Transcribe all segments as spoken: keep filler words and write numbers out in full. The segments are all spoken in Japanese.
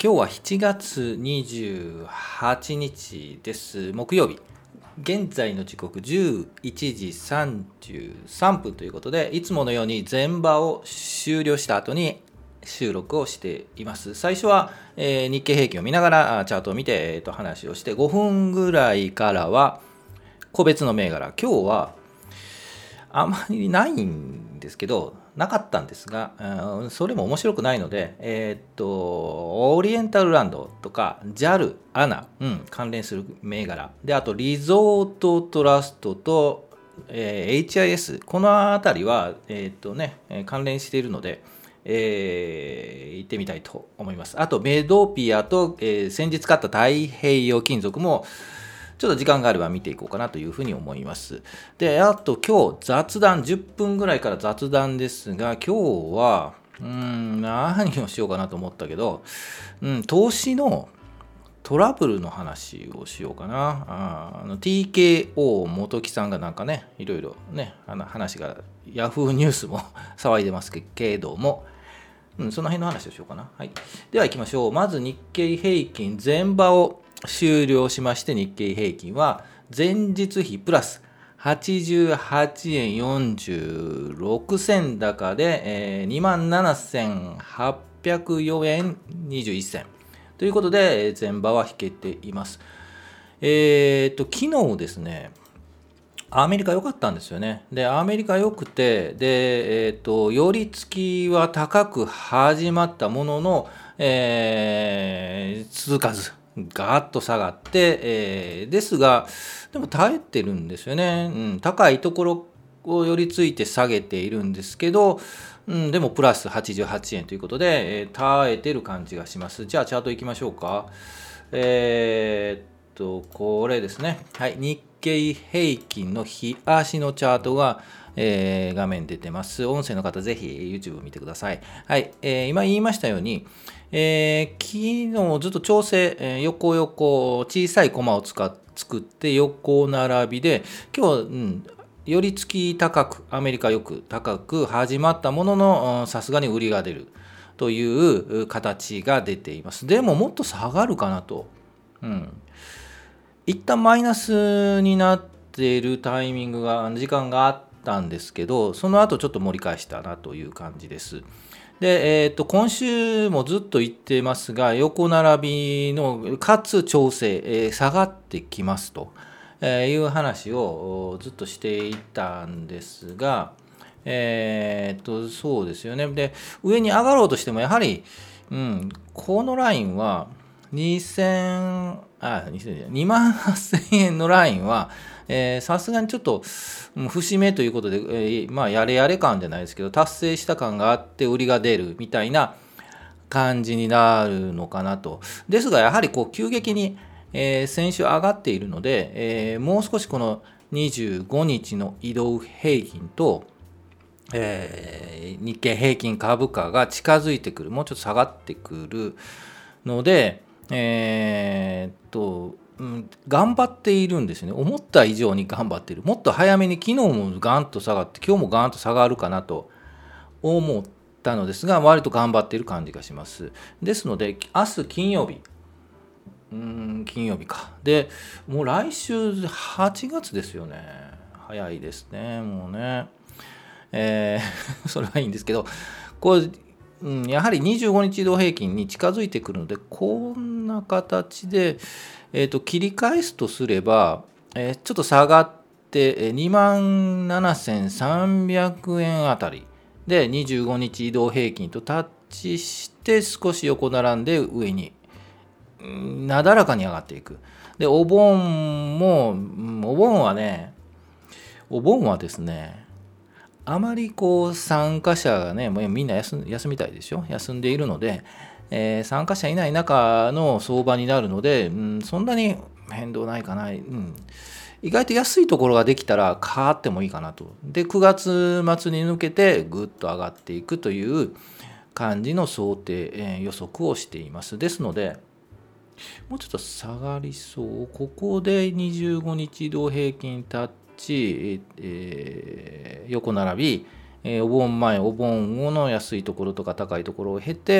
今日はしちがつにじゅうはちにちです。木曜日。現在の時刻じゅういちじさんじゅうさんぷんということで、いつものように前場を終了した後に収録をしています。最初は、えー、日経平均を見ながらチャートを見て、えー、と話をして、ごふんぐらいからは個別の銘柄。今日はあまりないんですけど、なかったんですが、うん、それも面白くないので、えーっと、オリエンタルランドとか ジャル、アナ、うん、関連する銘柄。で、あとリゾートトラストと、えー、エイチアイエス、このあたりは、えーっとね、関連しているので、えー、行ってみたいと思います。あと、メドピアと、えー、先日買った太平洋金属も、ちょっと時間があれば見ていこうかなというふうに思います。で、あと今日雑談、じゅっぷんぐらいから雑談ですが、今日は、うーん、何をしようかなと思ったけど、うん、投資のトラブルの話をしようかな。ああの ティーケーオー 元木さんがなんかね、いろいろね、あの話が、ヤフーニュースも騒いでますけども、うん、その辺の話をしようかな。はい。では行きましょう。まず日経平均前場を終了しまして、日経平均は前日比プラスはちじゅうはちえんよんじゅうろくせん高で、えー、にまんななせんはっぴゃくよえんにじゅういっせんということで前場は引けています。えー、っと昨日ですね、アメリカ良かったんですよね。で、アメリカ良くて、で、えっと、寄り付きは高く始まったものの、えー、続かず、ガーッと下がって、えー、ですが、でも耐えてるんですよね。うん、高いところを寄り付いて下げているんですけど、うん、でもプラスはちじゅうはちえんということで、えー、耐えてる感じがします。じゃあ、チャート行きましょうか。えー、っと、これですね。はい、日経平均の日足のチャートが、えー、画面出てます。音声の方、ぜひ YouTube を見てください。はい、えー、今言いましたように、えー、昨日ずっと調整、えー、横横小さいコマを使っ作って横並びで、今日、うん、寄り付き高く、アメリカよく高く始まったものの、さすがに売りが出るという形が出ています。でももっと下がるかなと。うん、一旦マイナスになっているタイミングが、時間があったんですけど、その後ちょっと盛り返したなという感じです。で、えー、と今週もずっと言ってますが、横並びのかつ調整、えー、下がってきますという話をずっとしていたんですが、えー、とそうですよね。で、上に上がろうとしても、やはり、うん、このラインはにせんあにまんはっせんえんのラインはさすがにちょっと節目ということで、えー、まあやれやれ感じゃないですけど、達成した感があって売りが出るみたいな感じになるのかなと。ですがやはりこう急激に、えー、先週上がっているので、えー、もう少しこのにじゅうごにちの移動平均と、えー、日経平均株価が近づいてくる、もうちょっと下がってくるので、えー、っと、うん、頑張っているんですよね。思った以上に頑張っている。もっと早めに、昨日もガンと下がって、今日もガンと下がるかなと思ったのですが、割と頑張っている感じがします。ですので、明日金曜日、うーん、金曜日か。で、もう来週はちがつですよね。早いですね、もうね。えー、それはいいんですけど、これ、うん、やはりにじゅうごにち移動平均に近づいてくるので、こんな形で、えーと、切り返すとすれば、えー、ちょっと下がってにまんななせんさんびゃくえんあたりでにじゅうごにち移動平均とタッチして少し横並んで上になだらかに上がっていく。で、お盆も、お盆はね、お盆はですね、あまりこう参加者がね、もうみんな 休, 休みたいでしょ、休んでいるので、えー、参加者いない中の相場になるので、うん、そんなに変動ないかな、うん、意外と安いところができたら買ってもいいかなと。で、くがつ末に向けてぐっと上がっていくという感じの想定、えー、予測をしています。ですので、もうちょっと下がりそう。ここでにじゅうごにち移動平均タッチ、えー、横並び、えー、お盆前、お盆後の安いところとか高いところを経て、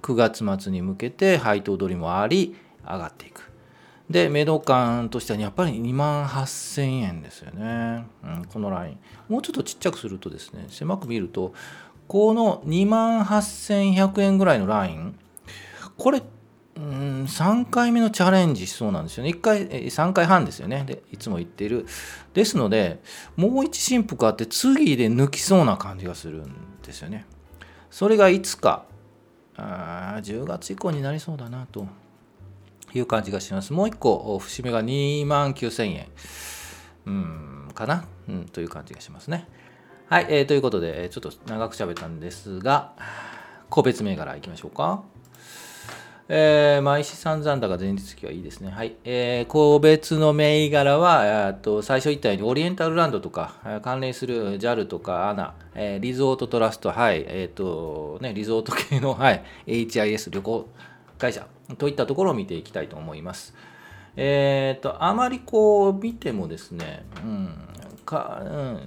くがつ末に向けて配当取りもあり上がっていく。でメド感としてはやっぱりにまんはっせんえんですよね、うん、このラインもうちょっとちっちゃくするとですね、狭く見るとこのにまんはっせんひゃくえんぐらいのライン、これうんさんかいめのチャレンジしそうなんですよね。いっかいさんかいはんですよね。でいつも言っている。ですのでもう一振幅あって次で抜きそうな感じがするんですよね。それがいつかあじゅうがつ以降になりそうだなという感じがします。もう一個節目がにまんきゅうせんえんうんかな、うん、という感じがしますね。はい、えー、ということでちょっと長く喋ったんですが、個別銘柄いきましょうか。えー、毎資産残高前日期はいいですね。はい。えー、個別の銘柄は、えー、と最初言ったようにオリエンタルランドとか、関連する ジャル とか エーエヌエー、えー、リゾートトラスト、はい、えっ、ー、と、ね、リゾート系の、はい、エイチアイエス 旅行会社といったところを見ていきたいと思います。えっ、ー、と、あまりこう見てもですね、うん、か、うん、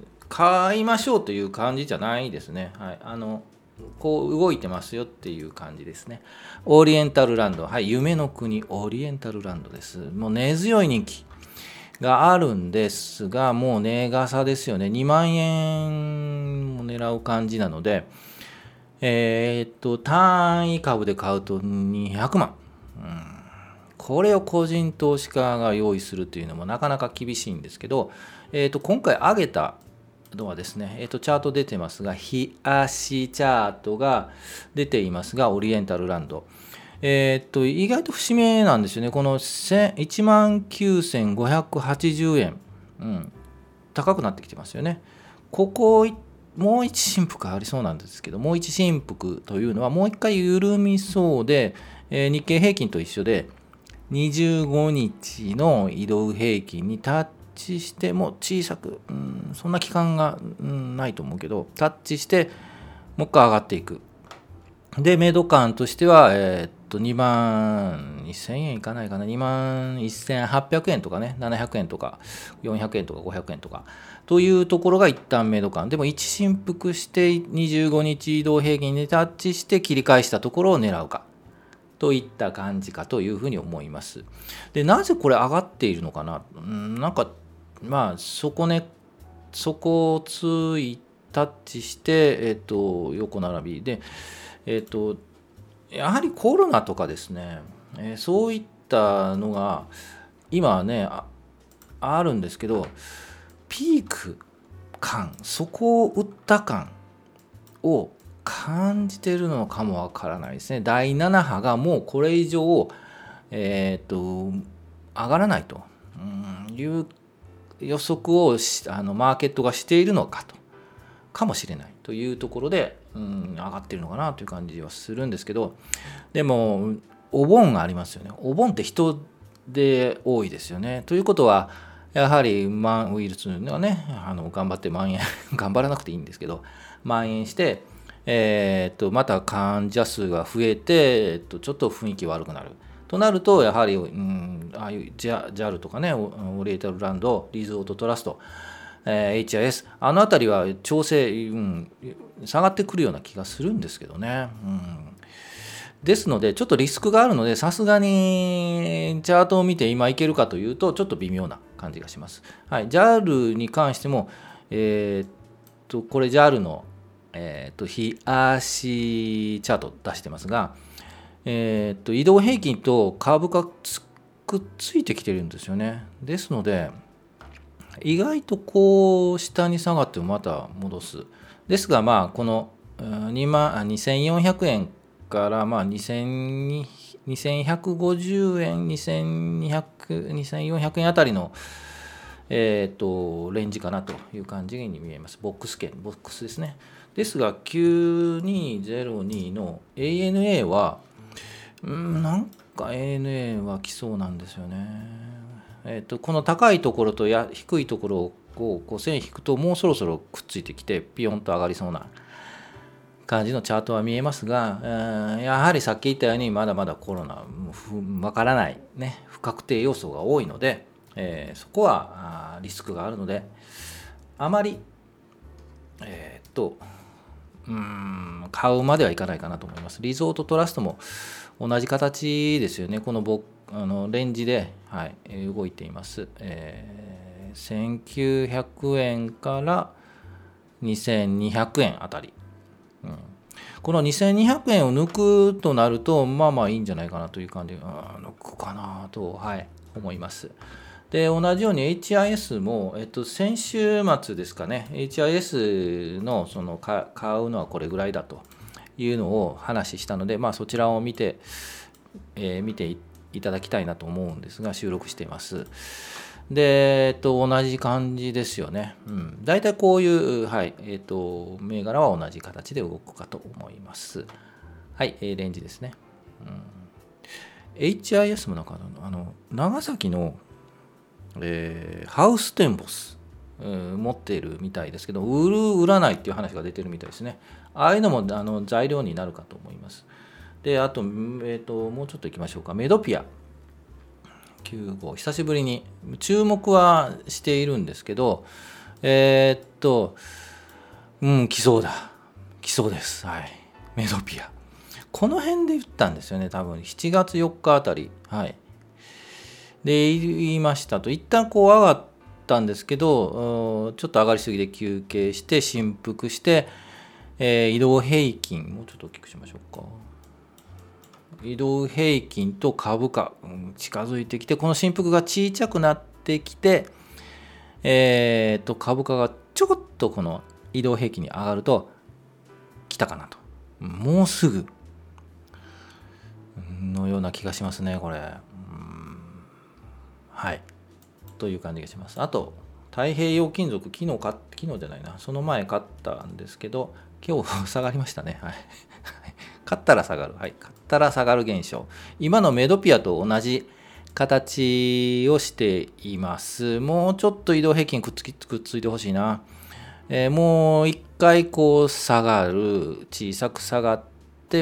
買いましょうという感じじゃないですね。はい。あの、こう動いてますよっていう感じですね。オリエンタルランド、はい、夢の国オリエンタルランドです。もう根強い人気があるんですが、もう値傘ですよね。にまんえんも狙う感じなので、えー、っと単位株で買うとにひゃくまん、うん、これを個人投資家が用意するというのもなかなか厳しいんですけど、えー、っと今回上げたのはですね、えー、とチャート出てますが、日足チャートが出ていますが、オリエンタルランド、えー、と意外と節目なんですよね。このいちまんきゅうせんごひゃくはちじゅうえん、うん、高くなってきてますよね。ここもう一振幅ありそうなんですけど、もう一振幅というのはもう一回緩みそうで、えー、日経平均と一緒でにじゅうごにちの移動平均にタッチしても小さく、うん、そんな期間が、うん、ないと思うけど、タッチしてもう一回上がっていく。でメド感としては、えー、っとにまんにせんえんいかないかな、にまんせんはっぴゃくえんとかね、ななひゃくえんとかよんひゃくえんとかごひゃくえんとかというところが一旦メド感でも一振幅してにじゅうごにち移動平均にタッチして切り返したところを狙うかといった感じかというふうに思います。でなぜこれ上がっているのかな、うん、なんかまあそこねそこをついタッチして、えっと、横並びで、えっと、やはりコロナとかですね、えー、そういったのが今はね あ, あるんですけど、ピーク感、そこを打った感を感じてるのかもわからないですね。だいなな波がもうこれ以上、えー、っと上がらないという予測をあのマーケットがしているのかとかもしれないというところで、うん、上がってるのかなという感じはするんですけど、でもお盆がありますよね。お盆って人で多いですよね。ということはやはり、ま、ウイルスがねあの頑張って蔓延頑張らなくていいんですけど蔓延して、えー、っとまた患者数が増えて、えっと、ちょっと雰囲気悪くなるとなると、やはり、うん、ああいう ジャル とかね、オリエンタルランド、リゾートトラスト、えー、エイチアイエス、あのあたりは調整、うん、下がってくるような気がするんですけどね。うん、ですので、ちょっとリスクがあるので、さすがにチャートを見て今いけるかというと、ちょっと微妙な感じがします。はい、ジャル に関しても、えー、っと、これ ジャル の、えー、っと、日足チャート出してますが、えー、っと移動平均と株価くっついてきてるんですよね。ですので意外とこう下に下がってもまた戻す。ですがまあこのにまんにせんよんひゃくえんからまあにせんにひゃくごじゅうえん、にせんにひゃく、にせんよんひゃくえんあたりのえっとレンジかなという感じに見えます。ボックス圏、ボックスですね。ですがきゅうにゼロにの エーエヌエー はうん、なんか エーエヌエー は来そうなんですよね。えっと、この高いところとや低いところをこう線引くともうそろそろくっついてきてピヨンと上がりそうな感じのチャートは見えますが、うん、やはりさっき言ったようにまだまだコロナわからない、ね、不確定要素が多いので、えー、そこはリスクがあるのであまりえー、っとうーん買うまではいかないかなと思います。リゾートトラストも同じ形ですよね。このボあのレンジで、はい、動いています、えー。せんきゅうひゃくえんからにせんにひゃくえんあたり。うん、このにせんにひゃくえんを抜くとなると、まあまあいいんじゃないかなという感じ、あ抜くかなと、はい、思います。で、同じように エイチアイエス も、えっと、先週末ですかね、エイチアイエス のその買うのはこれぐらいだというのを話したので、まあ、そちらを見て、えー、見ていただきたいなと思うんですが、収録しています。で、えっと、同じ感じですよね。うん。大体こういう、はい、えっと、銘柄は同じ形で動くかと思います。はい、レンジですね。うん、エイチアイエス もなんかあの、長崎のえー、ハウステンボス、えー、持っているみたいですけど、売る売らないっていう話が出てるみたいですね。ああいうのもあの材料になるかと思います。で、あと、えーと、もうちょっといきましょうか。メドピアきゅうご、久しぶりに注目はしているんですけど、えー、っと、うん、来そうだ。来そうです。はい。メドピア。この辺で言ったんですよね、多分。しちがつよっかあたり。はい。で言いましたと、一旦こう上がったんですけど、ちょっと上がりすぎで休憩して振幅して、えー、移動平均もうちょっと大きくしましょうか。移動平均と株価、うん、近づいてきて、この振幅が小さくなってきて、えー、と株価がちょこっとこの移動平均に上がると来たかなと、もうすぐのような気がしますね、これ。はい。という感じがします。あと、太平洋金属、昨日か、昨日じゃないな、その前買ったんですけど、今日下がりましたね。はい。買ったら下がる。はい。買ったら下がる現象。今のメドピアと同じ形をしています。もうちょっと移動平均くっつきくっついてほしいな。えー、もう一回こう下がる。小さく下がって、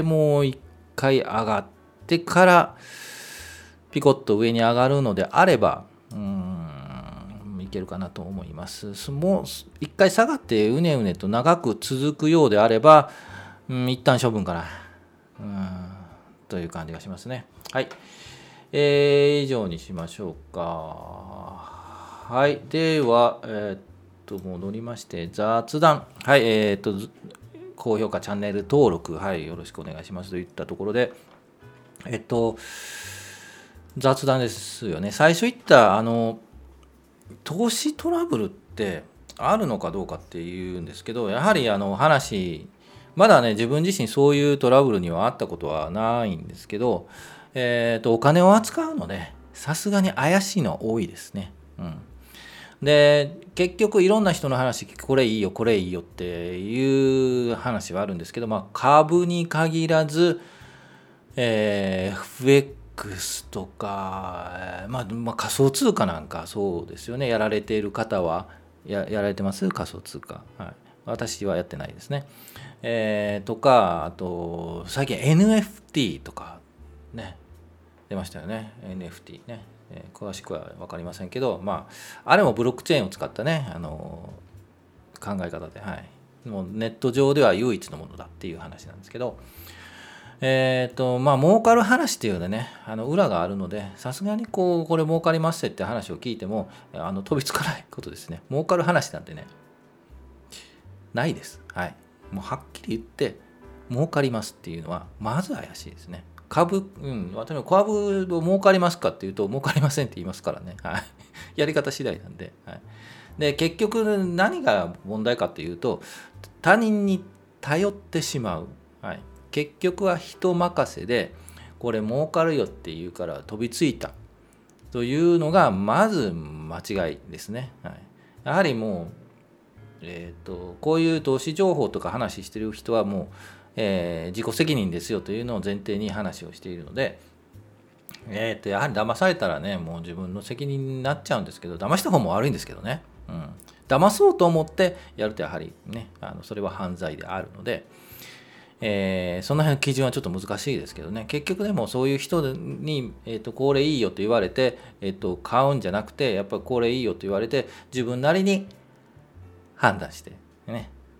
もう一回上がってから、ピコッと上に上がるのであれば、うーん、いけるかなと思います。もう一回下がってうねうねと長く続くようであれば、うん、一旦処分かな、うん、という感じがしますね。はい。えー、以上にしましょうか。はい。では、えー、っと、戻りまして、雑談。はい。えー、っと、高評価、チャンネル登録、はい。よろしくお願いしますといったところで、えっと、雑談ですよね。最初言ったあの投資トラブルってあるのかどうかっていうんですけど、やはりあの話まだね、自分自身そういうトラブルにはあったことはないんですけど、えーとお金を扱うのでさすがに怪しいのは多いですね。うん、で結局いろんな人の話聞く、これいいよこれいいよっていう話はあるんですけど、まあ、株に限らず、えー、エフエックス とか、まあ、まあ仮想通貨なんかそうですよね。やられている方は や, やられてます仮想通貨、はい、私はやってないですね。えー、とかあと最近 エヌエフティー とかね出ましたよね。 エヌエフティー ね、えー、詳しくは分かりませんけど、まああれもブロックチェーンを使ったね、あの考え方で、はい、もうネット上では唯一のものだっていう話なんですけど、えっとまあ儲かる話っていうのでね、あの裏があるので、さすがにこうこれ儲かりますって話を聞いてもあの飛びつかないことですね。儲かる話なんてねないです。はい。もうはっきり言って儲かりますっていうのはまず怪しいですね。株、うん、私も株を儲かりますかっていうと儲かりませんって言いますからね。はい。やり方次第なんで。はい。で結局何が問題かっていうと、他人に頼ってしまう。はい。結局は人任せでこれ儲かるよって言うから飛びついたというのがまず間違いですね。はい、やはりもう、えーと、こういう投資情報とか話してる人はもう、えー、自己責任ですよというのを前提に話をしているので、えーと、やはり騙されたらねもう自分の責任になっちゃうんですけど、騙した方も悪いんですけどね、うん、騙そうと思ってやるとやはりね、あのそれは犯罪であるので、えー、その辺の基準はちょっと難しいですけどね。結局でもそういう人に、えーと、これいいよと言われて、えーと、買うんじゃなくて、やっぱりこれいいよと言われて自分なりに判断してね、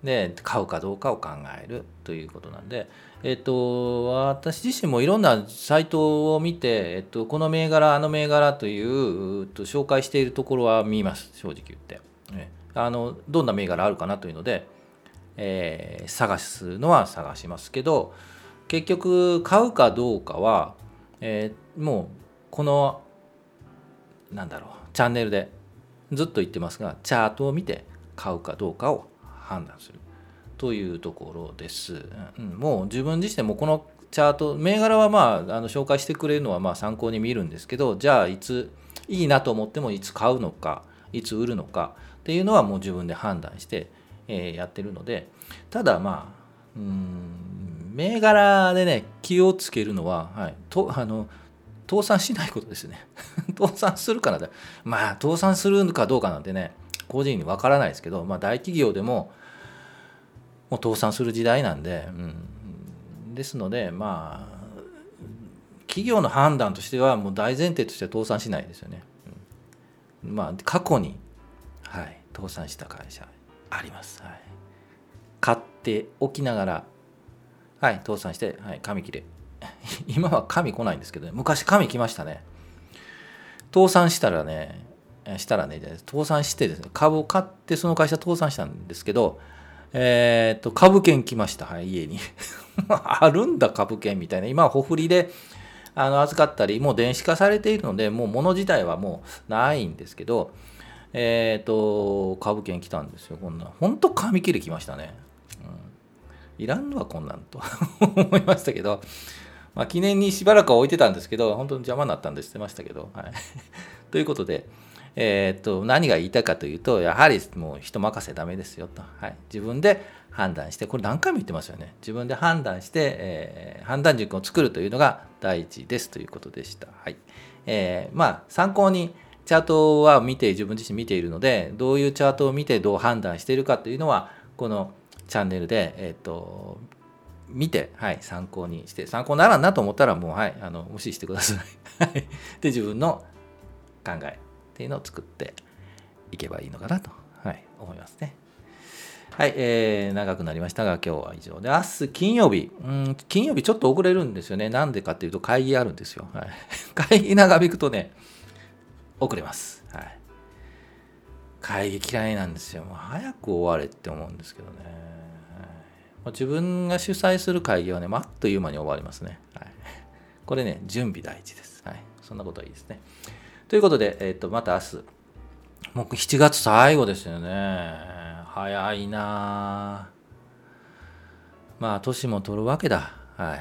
で買うかどうかを考えるということなんで、えっと、私自身もいろんなサイトを見て、えっと、この銘柄あの銘柄という、うと紹介しているところは見ます、正直言って。ね、あのどんな銘柄あるかなというので、えー、探すのは探しますけど、結局買うかどうかは、えー、もうこのなんだろうチャンネルでずっと言ってますが、チャートを見て買うかどうかを判断するというところです。うん、もう自分自身でもこのチャート、銘柄はまああの紹介してくれるのはまあ参考に見るんですけど、じゃあいついいなと思ってもいつ買うのか、いつ売るのかっていうのはもう自分で判断して、えー、やってるので、ただまあうーん銘柄でね気をつけるのは、はい、とあの倒産しないことですね。倒産するかな、まあ倒産するかどうかなんてね個人にわからないですけど、まあ、大企業でももう倒産する時代なんで、うん、ですのでまあ企業の判断としてはもう大前提としては倒産しないですよね。うん、まあ過去に、はい、倒産した会社あります。はい、買っておきながら、はい、倒産して、はい、紙切れ。今は紙来ないんですけど、ね、昔紙来ましたね。倒産したらね、したらね、倒産してですね、株を買ってその会社倒産したんですけど、えー、っと株券来ました、はい、家に。あるんだ株券みたいな。今は保振りであの預かったり、もう電子化されているので、もう物自体はもうないんですけど、えー、っと株券来たんですよ。こんな本当紙切れ来ましたね。うん、いらんのはこんなんと思いましたけど。まあ、記念にしばらくは置いてたんですけど、本当に邪魔になったんで捨てましたけど。はい、ということで、えー、っと何が言いたいかというと、やはりもう人任せダメですよと、はい、自分で判断して、これ何回も言ってますよね。自分で判断して、えー、判断軸を作るというのが大事ですということでした。はい、えー、まあ参考にチャートは見て、自分自身見ているので、どういうチャートを見てどう判断しているかというのは、このチャンネルで、えー、っと見て、はい、参考にして、参考にならんなと思ったらもう、はい、あの無視してください。で、自分の考えっていうのを作っていけばいいのかなと、はい、思いますね。はい、えー、長くなりましたが、今日は以上で、明日金曜日、うん、金曜日ちょっと遅れるんですよね。なんでかっていうと、会議あるんですよ。はい、会議長引くとね、遅れます。はい、会議嫌いなんですよ。もう早く終われって思うんですけどね。自分が主催する会議はね、あっという間に終わりますね。はい、これね、準備大事です。はい、そんなことはいいですね。ということで、えー、とまた明日、もうしちがつ最後ですよね。早いな。まあ、年も取るわけだ。はい。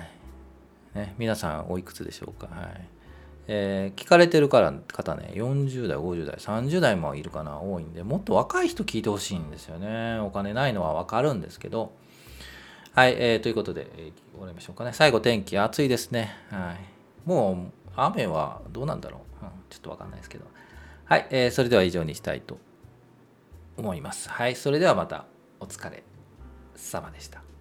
ね、皆さん、おいくつでしょうか。はい。えー、聞かれてるから方ね、よんじゅう代、ごじゅう代、さんじゅう代もいるかな、多いんで、もっと若い人聞いてほしいんですよね。お金ないのはわかるんですけど。はい、えー、ということで、えー、終わりましょうかね。最後、天気、暑いですね。はい。もう、雨はどうなんだろう。うん、ちょっとわかんないですけど。はい、えー、それでは以上にしたいと思います。はい、それではまたお疲れ様でした。